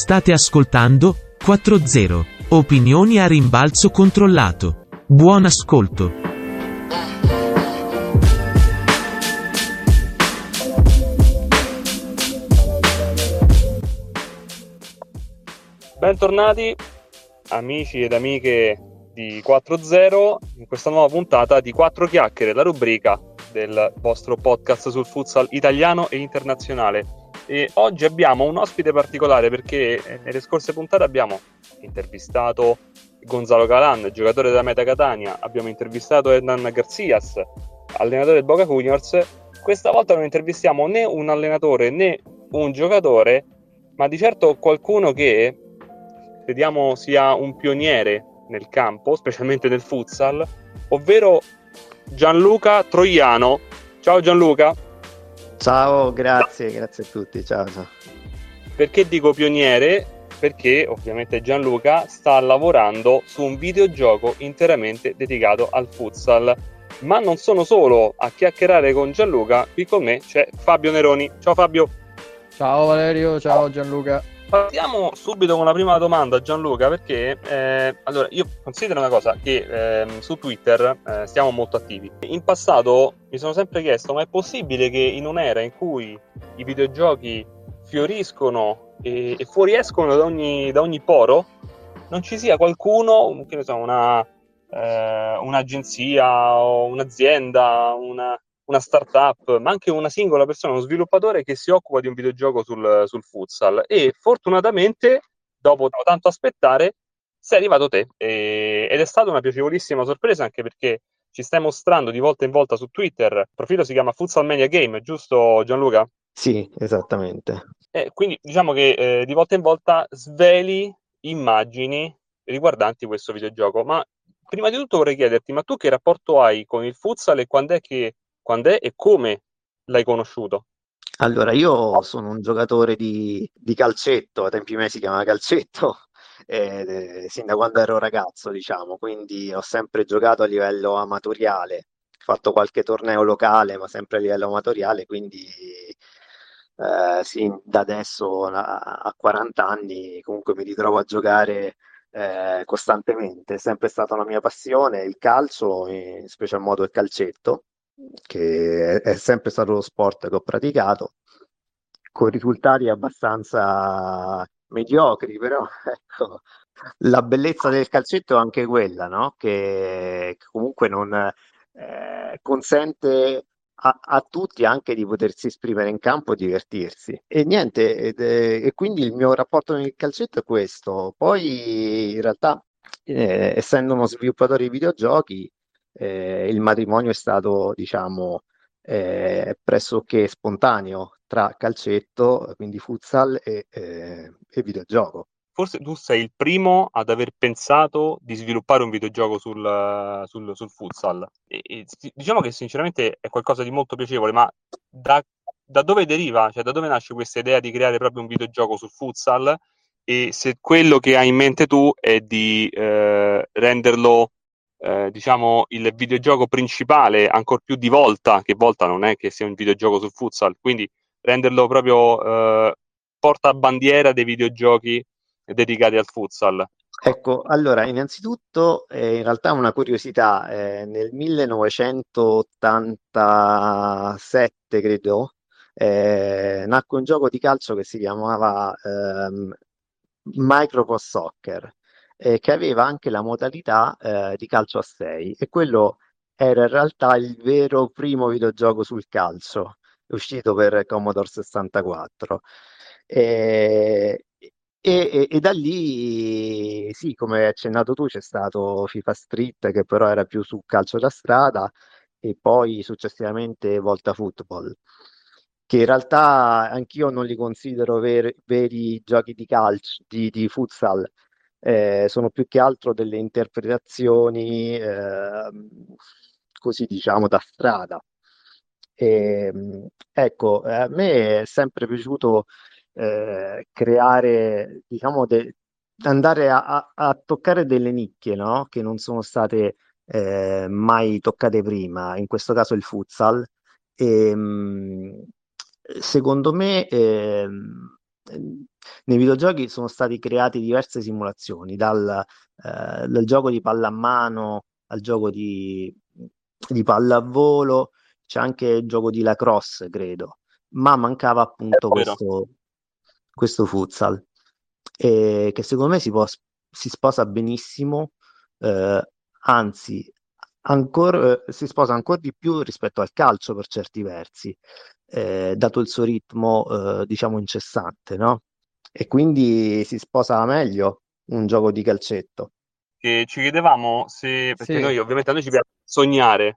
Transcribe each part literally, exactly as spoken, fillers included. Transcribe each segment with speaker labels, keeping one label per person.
Speaker 1: State ascoltando quattro zero. Opinioni a rimbalzo controllato. Buon ascolto.
Speaker 2: Bentornati amici ed amiche di quattro zero in questa nuova puntata di Quattro Chiacchiere, la rubrica del vostro podcast sul futsal italiano e internazionale. E oggi abbiamo un ospite particolare perché nelle scorse puntate abbiamo intervistato Gonzalo Galán, giocatore della Meta Catania, abbiamo intervistato Hernan Garcias, allenatore del Boca Juniors. Questa volta non intervistiamo né un allenatore né un giocatore, ma di certo qualcuno che crediamo sia un pioniere nel campo, specialmente nel futsal, ovvero Gianluca Troiano. Ciao Gianluca.
Speaker 3: Ciao, grazie, grazie a tutti, ciao, ciao.
Speaker 2: Perché dico pioniere? Perché ovviamente Gianluca sta lavorando su un videogioco interamente dedicato al futsal. Ma non sono solo a chiacchierare con Gianluca, qui con me c'è Fabio Neroni. Ciao Fabio.
Speaker 4: Ciao Valerio, ciao Gianluca.
Speaker 2: Partiamo subito con la prima domanda, Gianluca, perché eh, allora io considero una cosa che eh, su Twitter eh, stiamo molto attivi. In passato mi sono sempre chiesto, ma è possibile che in un'era in cui i videogiochi fioriscono e, e fuoriescono da ogni, da ogni poro, non ci sia qualcuno, che ne so, una, eh, un'agenzia o un'azienda, una, una startup, ma anche una singola persona, uno sviluppatore che si occupa di un videogioco sul, sul futsal. E fortunatamente, dopo tanto aspettare, sei arrivato te. E, ed è stata una piacevolissima sorpresa, anche perché ci stai mostrando di volta in volta su Twitter. Il profilo si chiama Futsal Mania Game, giusto Gianluca?
Speaker 3: Sì, esattamente.
Speaker 2: E quindi diciamo che eh, di volta in volta sveli immagini riguardanti questo videogioco. Ma prima di tutto vorrei chiederti, ma tu che rapporto hai con il futsal e quando è che quando è e come l'hai conosciuto?
Speaker 3: Allora, io sono un giocatore di, di calcetto, ai tempi miei si chiamava calcetto, eh, sin da quando ero ragazzo, diciamo, quindi ho sempre giocato a livello amatoriale, ho fatto qualche torneo locale, ma sempre a livello amatoriale, quindi eh, sì, da adesso a, a quaranta anni comunque mi ritrovo a giocare eh, costantemente. È sempre stata una mia passione, il calcio, in special modo il calcetto, che è, è sempre stato lo sport che ho praticato, con risultati abbastanza mediocri, però ecco, la bellezza del calcetto è anche quella, no? Che che comunque non eh, consente a, a tutti anche di potersi esprimere in campo e divertirsi. E niente, ed è- e quindi il mio rapporto con il calcetto è questo. Poi in realtà, eh, essendo uno sviluppatore di videogiochi, eh, il matrimonio è stato, diciamo, eh, pressoché spontaneo tra calcetto, quindi futsal e, eh, e videogioco.
Speaker 2: Forse tu sei il primo ad aver pensato di sviluppare un videogioco sul, sul, sul futsal. E, e si- diciamo che sinceramente è qualcosa di molto piacevole, ma da, da dove deriva? Cioè, da dove nasce questa idea di creare proprio un videogioco sul futsal? E se quello che hai in mente tu è di eh, renderlo, eh, diciamo, il videogioco principale, ancor più di Volta, che Volta non è che sia un videogioco sul futsal, quindi renderlo proprio eh, portabandiera dei videogiochi dedicati al futsal.
Speaker 3: Ecco, allora, innanzitutto, eh, in realtà una curiosità, eh, nel millenovecentottantasette, credo, eh, nacque un gioco di calcio che si chiamava ehm, Micropost Soccer, eh, che aveva anche la modalità eh, di calcio a sei, e quello era in realtà il vero primo videogioco sul calcio, uscito per Commodore sessantaquattro. E, e- e- e da lì, sì, come hai accennato tu, c'è stato FIFA Street, che però era più su calcio da strada, e poi successivamente Volta Football, che in realtà anch'io non li considero ver- veri giochi di calcio, di, di futsal, eh, sono più che altro delle interpretazioni, ehm, così diciamo, da strada. E, mh, ecco, a me è sempre piaciuto eh, creare, diciamo, de- andare a, a- a toccare delle nicchie, no? Che non sono state eh, mai toccate prima, in questo caso il futsal. E, mh, secondo me, ehm, Nei videogiochi sono stati creati diverse simulazioni, dal, eh, dal gioco di pallamano al gioco di, di pallavolo, c'è anche il gioco di lacrosse, credo, ma mancava
Speaker 2: È
Speaker 3: appunto
Speaker 2: vero.
Speaker 3: questo, questo futsal, e che secondo me si, può, si sposa benissimo, eh, anzi, ancora, eh, si sposa ancora di più rispetto al calcio per certi versi, eh, dato il suo ritmo, eh, diciamo, incessante, no? E quindi si sposa meglio un gioco di calcetto.
Speaker 2: Che ci chiedevamo se, perché
Speaker 4: Sì,
Speaker 2: noi ovviamente a noi ci piace sognare,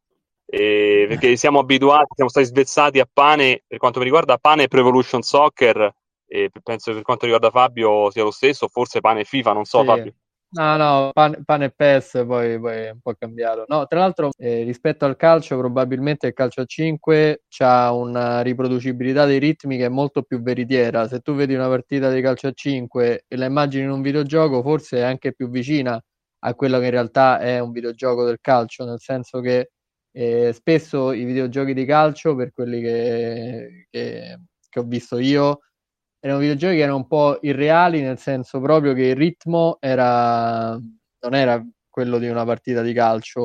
Speaker 2: eh, perché siamo abituati, siamo stati svezzati a Pane, per quanto mi riguarda Pane e Pro Evolution Soccer, e penso che per quanto riguarda Fabio sia lo stesso, forse Pane e FIFA, non so
Speaker 4: sì.
Speaker 2: Fabio.
Speaker 4: No, no, pane, pane e PES poi, poi è un po' cambiato. No, tra l'altro, eh, rispetto al calcio, probabilmente il calcio a cinque ha una riproducibilità dei ritmi che è molto più veritiera. Se tu vedi una partita di calcio a cinque e la immagini in un videogioco, forse è anche più vicina a quello che in realtà è un videogioco del calcio, nel senso che eh, spesso i videogiochi di calcio, per quelli che, che, che ho visto io, erano videogiochi che erano un po' irreali, nel senso proprio che il ritmo era, non era quello di una partita di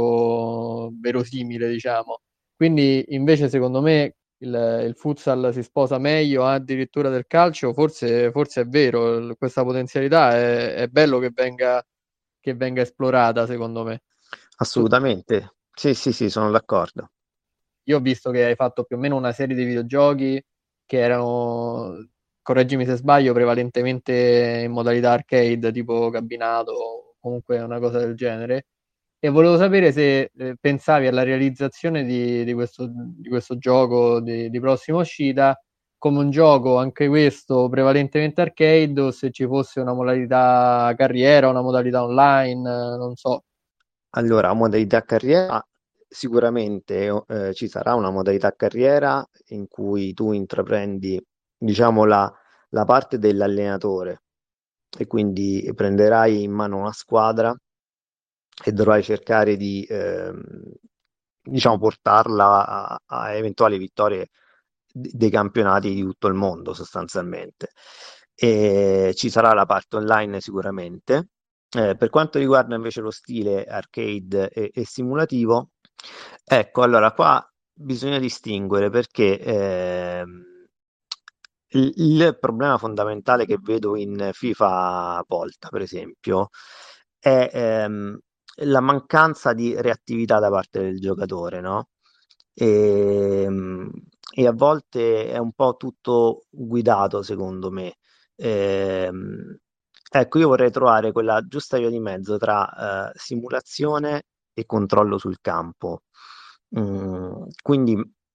Speaker 4: calcio verosimile, diciamo. Quindi invece secondo me il, il futsal si sposa meglio addirittura del calcio, forse, forse è vero, questa potenzialità è, è bello che venga, che venga esplorata, secondo me. Tu,
Speaker 3: Assolutamente. Sì, sì, sì, sono d'accordo.
Speaker 4: io ho visto che hai fatto più o meno una serie di videogiochi che erano, correggimi se sbaglio, prevalentemente in modalità arcade, tipo cabinato o comunque una cosa del genere. E volevo sapere se eh, pensavi alla realizzazione di, di questo, di questo gioco di, di prossima uscita come un gioco, anche questo, prevalentemente arcade, o se ci fosse una modalità carriera, una modalità online, eh, non so.
Speaker 3: Allora, modalità carriera, sicuramente eh, ci sarà una modalità carriera in cui tu intraprendi, diciamo, la, la parte dell'allenatore e quindi prenderai in mano una squadra e dovrai cercare di, ehm, diciamo, portarla a, a eventuali vittorie d- dei campionati di tutto il mondo, sostanzialmente. E ci sarà la parte online sicuramente. Eh, per quanto riguarda invece lo stile arcade e, e simulativo, ecco, allora qua bisogna distinguere perché ehm, il, il problema fondamentale che vedo in FIFA Volta, per esempio, è ehm, la mancanza di reattività da parte del giocatore, no? E, e a volte è un po' tutto guidato, secondo me. Ehm, ecco, io vorrei trovare quella giusta via di mezzo tra eh, simulazione e controllo sul campo. Mm, quindi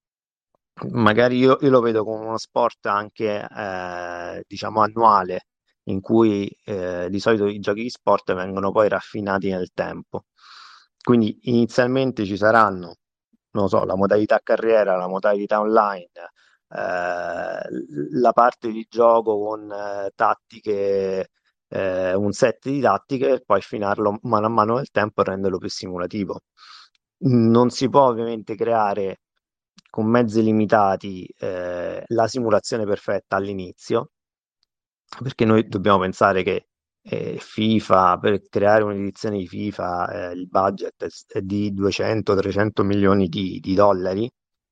Speaker 3: magari io, io lo vedo come uno sport anche, eh, diciamo, annuale, in cui eh, di solito i giochi di sport vengono poi raffinati nel tempo. Quindi inizialmente ci saranno, non lo so, la modalità carriera, la modalità online, eh, la parte di gioco con eh, tattiche, eh, un set di tattiche e poi affinarlo mano a mano nel tempo e renderlo più simulativo. Non si può ovviamente creare con mezzi limitati eh, la simulazione perfetta all'inizio, perché noi dobbiamo pensare che eh, FIFA, per creare un'edizione di FIFA, eh, il budget è, è di duecento trecento milioni di, di dollari,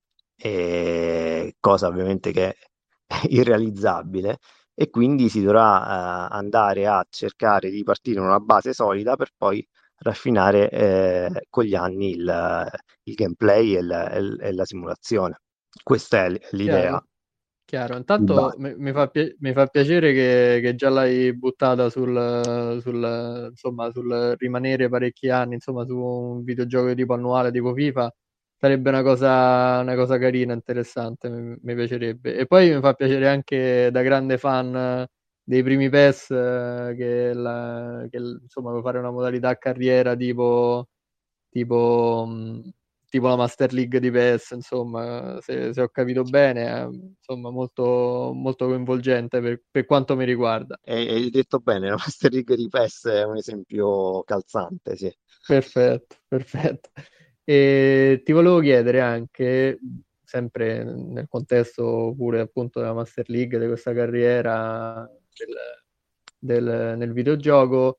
Speaker 3: eh, cosa ovviamente che è irrealizzabile, e quindi si dovrà eh, andare a cercare di partire in una base solida per poi raffinare eh, con gli anni il, il gameplay e, il- e la simulazione. Questa è l- l'idea
Speaker 4: Chiaro? Chiaro,
Speaker 3: di
Speaker 4: intanto
Speaker 3: base.
Speaker 4: mi, mi fa, pi- mi fa piacere che, che già l'hai buttata sul, sul, insomma, sul rimanere parecchi anni, insomma, su un videogioco tipo annuale, tipo FIFA, sarebbe una cosa, una cosa carina, interessante, mi, mi piacerebbe. E poi mi fa piacere anche da grande fan dei primi PES, eh, che, la- che, insomma, puoi fare una modalità carriera tipo, tipo, mh, tipo la Master League di PES, insomma, se, se ho capito bene, è, insomma, molto, molto coinvolgente per, per quanto mi riguarda.
Speaker 3: E hai detto bene, la Master League di PES è un esempio calzante, sì.
Speaker 4: Perfetto, perfetto. E ti volevo chiedere anche, sempre nel contesto pure appunto della Master League, di questa carriera del, del, nel videogioco.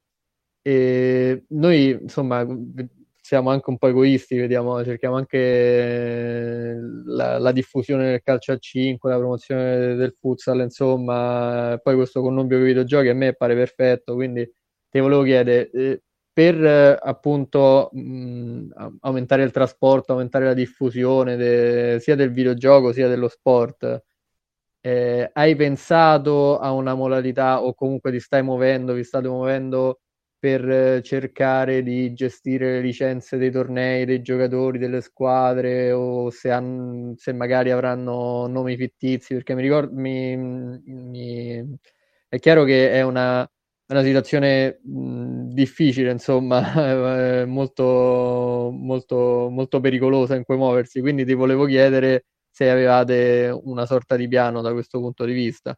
Speaker 4: E noi, insomma, siamo anche un po' egoisti, vediamo, cerchiamo anche la, la diffusione del calcio a cinque, la promozione del futsal, insomma, poi questo connubio con i videogiochi a me pare perfetto, quindi ti volevo chiedere, eh, per eh, appunto mh, aumentare il trasporto, aumentare la diffusione de- sia del videogioco sia dello sport, eh, hai pensato a una modalità o comunque ti stai muovendo, vi state muovendo per eh, cercare di gestire le licenze dei tornei, dei giocatori, delle squadre o se, han- se magari avranno nomi fittizi? Perché mi ricordo, mi, mi- è chiaro che è una, è una situazione mh, difficile, insomma, eh, molto, molto, molto pericolosa in cui muoversi, quindi ti volevo chiedere se avevate una sorta di piano da questo punto di vista.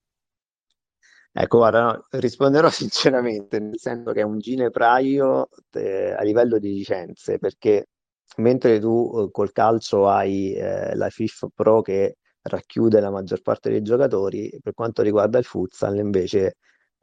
Speaker 3: Ecco, guarda, no, risponderò sinceramente, nel senso che è un ginepraio eh, a livello di licenze, perché mentre tu eh, col calcio hai eh, la FIFA Pro che racchiude la maggior parte dei giocatori, per quanto riguarda il futsal invece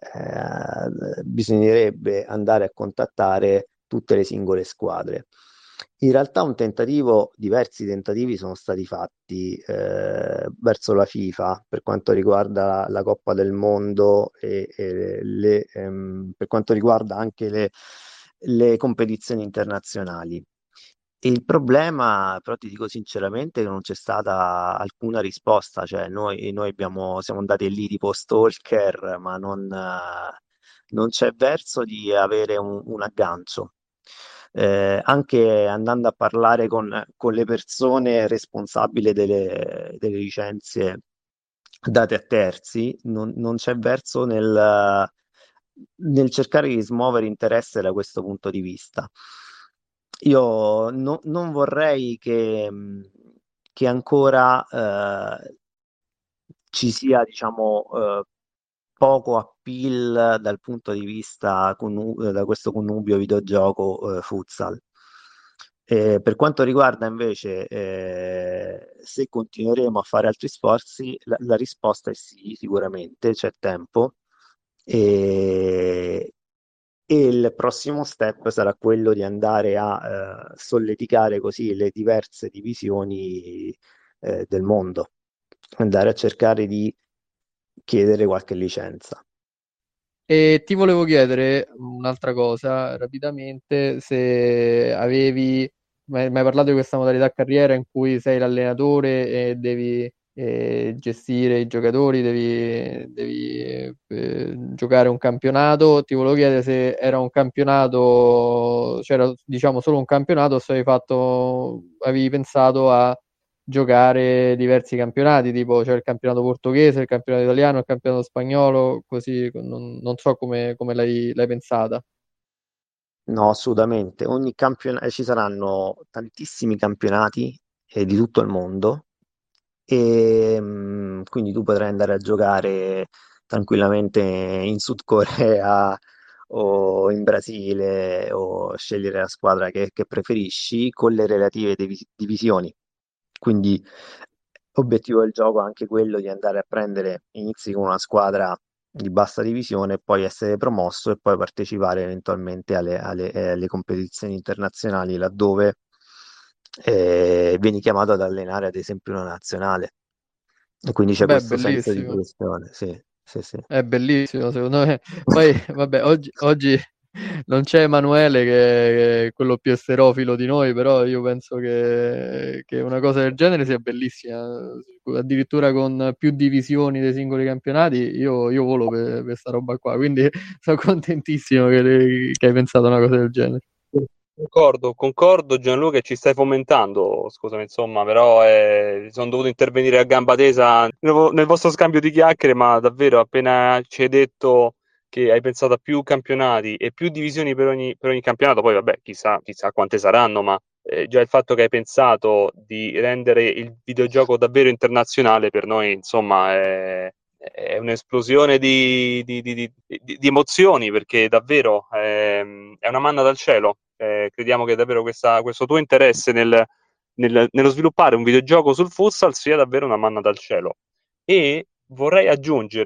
Speaker 3: eh, bisognerebbe andare a contattare tutte le singole squadre. In realtà un tentativo, diversi tentativi sono stati fatti eh, verso la FIFA per quanto riguarda la, la Coppa del Mondo e, e le, ehm, per quanto riguarda anche le, le competizioni internazionali. Il problema, però ti dico sinceramente, che non c'è stata alcuna risposta, cioè noi, noi abbiamo, siamo andati lì tipo stalker, ma non, eh, non c'è verso di avere un, un aggancio. Eh, anche andando a parlare con, con le persone responsabili delle, delle licenze date a terzi, non, non c'è verso nel, nel cercare di smuovere interesse da questo punto di vista. Io no- non vorrei che, mh, che ancora eh, ci sia, diciamo, eh, poco appeal dal punto di vista connu- eh, da questo connubio videogioco eh, futsal. Eh, per quanto riguarda invece eh, se continueremo a fare altri sforzi, la, la risposta è sì, sicuramente c'è tempo e, e il prossimo step sarà quello di andare a eh, solleticare così le diverse divisioni eh, del mondo, andare a cercare di chiedere qualche licenza.
Speaker 4: E ti volevo chiedere un'altra cosa rapidamente, se avevi mai, mai parlato di questa modalità carriera in cui sei l'allenatore e devi eh, gestire i giocatori, devi, devi eh, giocare un campionato. Ti volevo chiedere se era un campionato, c'era diciamo solo un campionato, o se avevi fatto, avevi pensato a giocare diversi campionati, tipo c'è il campionato portoghese, il campionato italiano, il campionato spagnolo, così non, non so come, come l'hai, l'hai pensata.
Speaker 3: No, assolutamente. Ogni campionato, ci saranno tantissimi campionati eh, di tutto il mondo e mh, quindi tu potrai andare a giocare tranquillamente in Sud Corea o in Brasile o scegliere la squadra che, che preferisci con le relative divis- divisioni. Quindi l'obiettivo del gioco è anche quello di andare a prendere, inizi con una squadra di bassa divisione e poi essere promosso e poi partecipare eventualmente alle, alle- eh, alle competizioni internazionali laddove eh, vieni chiamato ad allenare ad esempio una nazionale. E quindi c'è
Speaker 4: Beh,
Speaker 3: questo senso di
Speaker 4: bellissimo.
Speaker 3: progressione, sì, sì, sì.
Speaker 4: È bellissimo, secondo me. Poi, vabbè, oggi, oggi non c'è Emanuele che è quello più esterofilo di noi, però io penso che, che una cosa del genere sia bellissima. Addirittura con più divisioni dei singoli campionati, io, io volo per questa roba qua, quindi sono contentissimo che, che hai pensato a una cosa del genere.
Speaker 2: Concordo, concordo Gianluca che ci stai fomentando, scusami insomma, però eh, sono dovuto intervenire a gamba tesa nel, vo- nel vostro scambio di chiacchiere, ma davvero appena ci hai detto che hai pensato a più campionati e più divisioni per ogni, per ogni campionato, poi vabbè, chissà, chissà quante saranno, ma eh, già il fatto che hai pensato di rendere il videogioco davvero internazionale per noi, insomma, è, è un'esplosione di, di- di- di- di- di emozioni perché davvero ehm, è una manna dal cielo. Eh, crediamo che davvero questa- questo tuo interesse nel- nel- nello sviluppare un videogioco sul futsal sia davvero una manna dal cielo. E vorrei aggiungere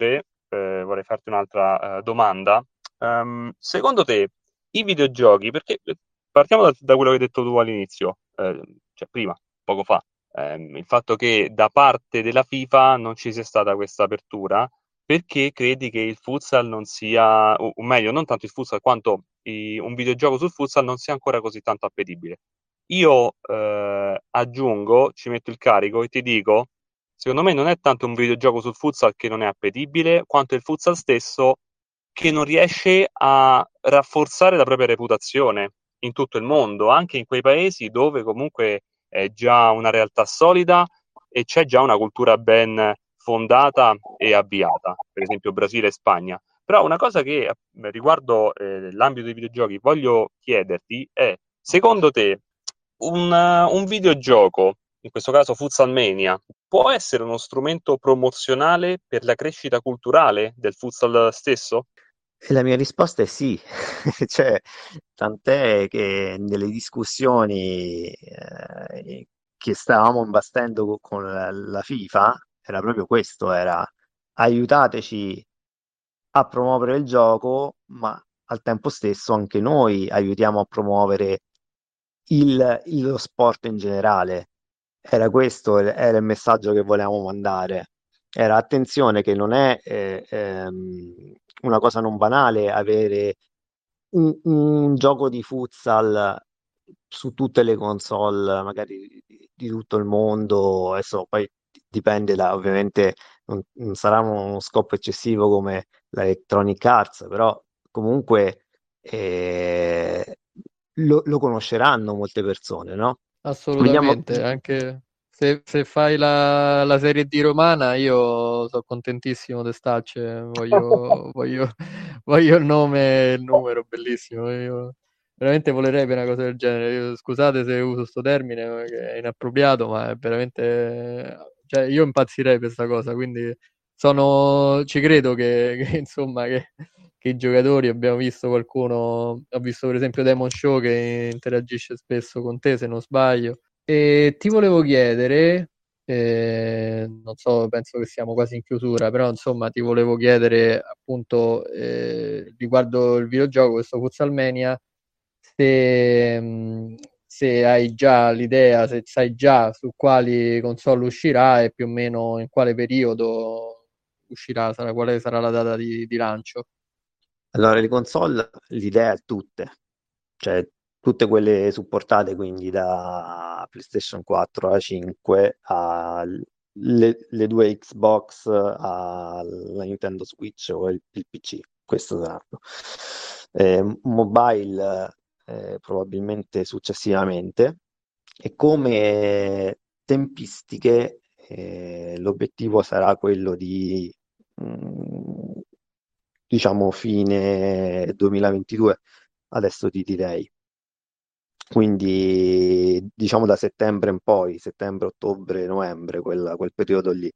Speaker 2: eh, vorrei farti un'altra eh, domanda. Ehm, secondo te i videogiochi, perché eh, partiamo da, da quello che hai detto tu all'inizio, eh, cioè prima, poco fa, ehm, il fatto che da parte della FIFA non ci sia stata questa apertura, perché credi che il futsal non sia, o, o meglio, non tanto il futsal quanto i- un videogioco sul futsal non sia ancora così tanto appetibile. Io eh, aggiungo, ci metto il carico e ti dico, secondo me non è tanto un videogioco sul futsal che non è appetibile, quanto il futsal stesso che non riesce a rafforzare la propria reputazione in tutto il mondo, anche in quei paesi dove comunque è già una realtà solida e c'è già una cultura ben fondata e avviata, per esempio Brasile e Spagna. Però una cosa che eh, riguardo eh, l'ambito dei videogiochi voglio chiederti è, secondo te, un, un videogioco, in questo caso Futsal Mania, può essere uno strumento promozionale per la crescita culturale del futsal stesso?
Speaker 3: E la mia risposta è sì, cioè, tant'è che nelle discussioni eh, che stavamo imbastendo co- con la, la FIFA era proprio questo, era aiutateci a promuovere il gioco, ma al tempo stesso anche noi aiutiamo a promuovere il, il- lo sport in generale. Era questo, il- era il messaggio che volevamo mandare. Era attenzione che non è eh, ehm, una cosa non banale avere un, un gioco di futsal su tutte le console, magari di, di tutto il mondo. Adesso poi dipende da, ovviamente non, non sarà uno scopo eccessivo come l'Electronic Arts, però comunque eh, lo, lo conosceranno molte persone, no? Vogliamo...
Speaker 4: Assolutamente, anche se, se fai la, la Serie D romana, io sono contentissimo di starci, voglio, voglio, voglio il nome e il numero, bellissimo. Io veramente volerei per una cosa del genere. Io- scusate se uso questo termine che è inappropriato, ma è veramente... Cioè, io impazzirei per questa cosa, quindi sono, ci credo che, che, insomma, che, che i giocatori, abbiamo visto qualcuno, ho visto per esempio Demon Show che interagisce spesso con te, se non sbaglio. E ti volevo chiedere, eh, non so, penso che siamo quasi in chiusura, però insomma ti volevo chiedere appunto eh, riguardo il videogioco, questo Fuzzalmania, se, mh, se hai già l'idea, se sai già su quali console uscirà e più o meno in quale periodo uscirà, sarà, quale sarà la data di, di lancio.
Speaker 3: Allora, le console, l'idea è tutte, cioè tutte quelle supportate, quindi da PlayStation quattro a cinque alle le due Xbox alla Nintendo Switch o il, il P C, questo saranno. Eh, mobile eh, probabilmente successivamente e come tempistiche eh, l'obiettivo sarà quello di mm, diciamo fine duemilaventidue, adesso ti direi. Quindi diciamo da settembre in poi, settembre, ottobre, novembre, quella- quel periodo lì.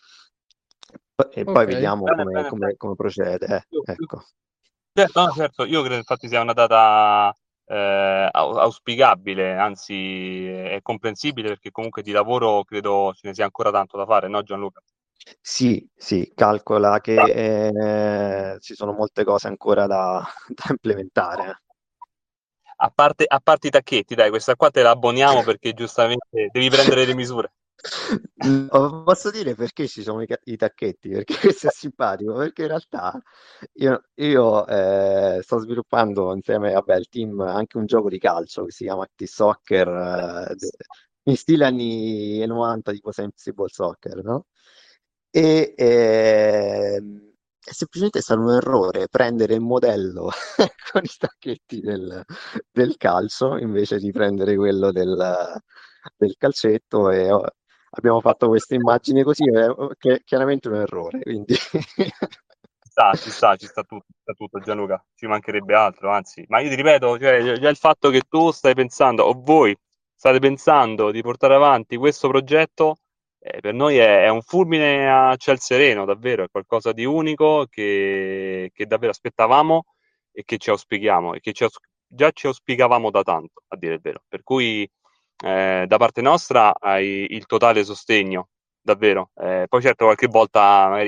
Speaker 3: E poi
Speaker 4: Ok,
Speaker 3: vediamo
Speaker 2: Bene,
Speaker 3: come,
Speaker 2: bene, bene.
Speaker 3: come- come procede. eh,
Speaker 2: Io- io-
Speaker 3: Ecco.
Speaker 2: certo, no, certo, io credo infatti sia una data eh, au- auspicabile, anzi è comprensibile perché comunque di lavoro credo ce ne sia ancora tanto da fare, no Gianluca?
Speaker 3: Sì, sì, calcola che eh, ci sono molte cose ancora da, da implementare.
Speaker 2: A parte, a parte i tacchetti, dai, questa qua te la abboniamo perché giustamente devi prendere le misure.
Speaker 3: No, posso dire perché ci sono i, ca- i tacchetti? Perché questo è simpatico, perché in realtà io, io, eh, sto sviluppando insieme vabbè, al team anche un gioco di calcio che si chiama T-Soccer, eh, de- in stile anni novanta, tipo Sensible Soccer, no? E ehm, è semplicemente stato un errore prendere il modello con i tacchetti del, del calcio invece di prendere quello del, del calcetto e oh, abbiamo fatto questa immagine così, eh, che è chiaramente un errore, quindi
Speaker 2: Ci sta, ci sta, ci sta tutto, ci sta tutto, Gianluca, ci mancherebbe altro, anzi, ma io ti ripeto, cioè, già il fatto che tu stai pensando, o voi state pensando di portare avanti questo progetto, eh, per noi è, è un fulmine a ciel sereno, davvero, è qualcosa di unico che, che davvero aspettavamo e che ci auspichiamo, e che ci aus- già ci auspicavamo da tanto, a dire il vero. Per cui, eh, da parte nostra hai il totale sostegno, davvero. Eh, poi certo qualche volta magari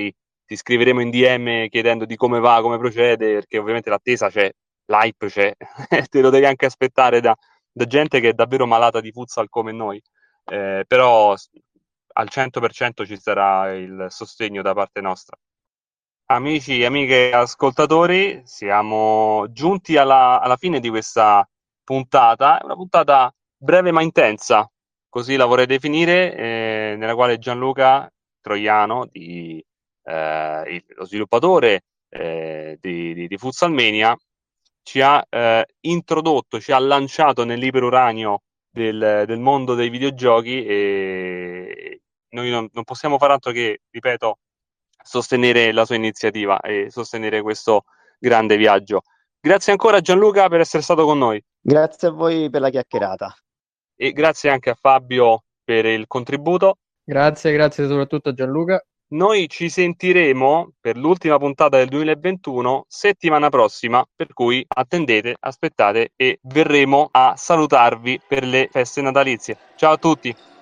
Speaker 2: ti scriveremo in D M chiedendo di come va, come procede, perché ovviamente l'attesa c'è, l'hype c'è, te lo devi anche aspettare da, da gente che è davvero malata di futsal come noi, eh, però al cento per cento ci sarà il sostegno da parte nostra. Amici, amiche ascoltatori, siamo giunti alla, alla fine di questa puntata, una puntata breve ma intensa, così la vorrei definire, eh, nella quale Gianluca Troiano, di, eh, il- lo sviluppatore eh, di, di, di Futsalmania, ci ha eh, introdotto, ci ha lanciato nell'iperuranio del, del mondo dei videogiochi e noi non, non possiamo fare altro che, ripeto, sostenere la sua iniziativa e sostenere questo grande viaggio. Grazie ancora Gianluca per essere stato con noi
Speaker 3: Grazie a voi per la chiacchierata.
Speaker 2: e grazie anche a Fabio per il contributo.
Speaker 4: Grazie, grazie soprattutto a Gianluca.
Speaker 2: Noi ci sentiremo per l'ultima puntata del duemilaventuno settimana prossima, per cui attendete, aspettate e verremo a salutarvi per le feste natalizie. Ciao a tutti!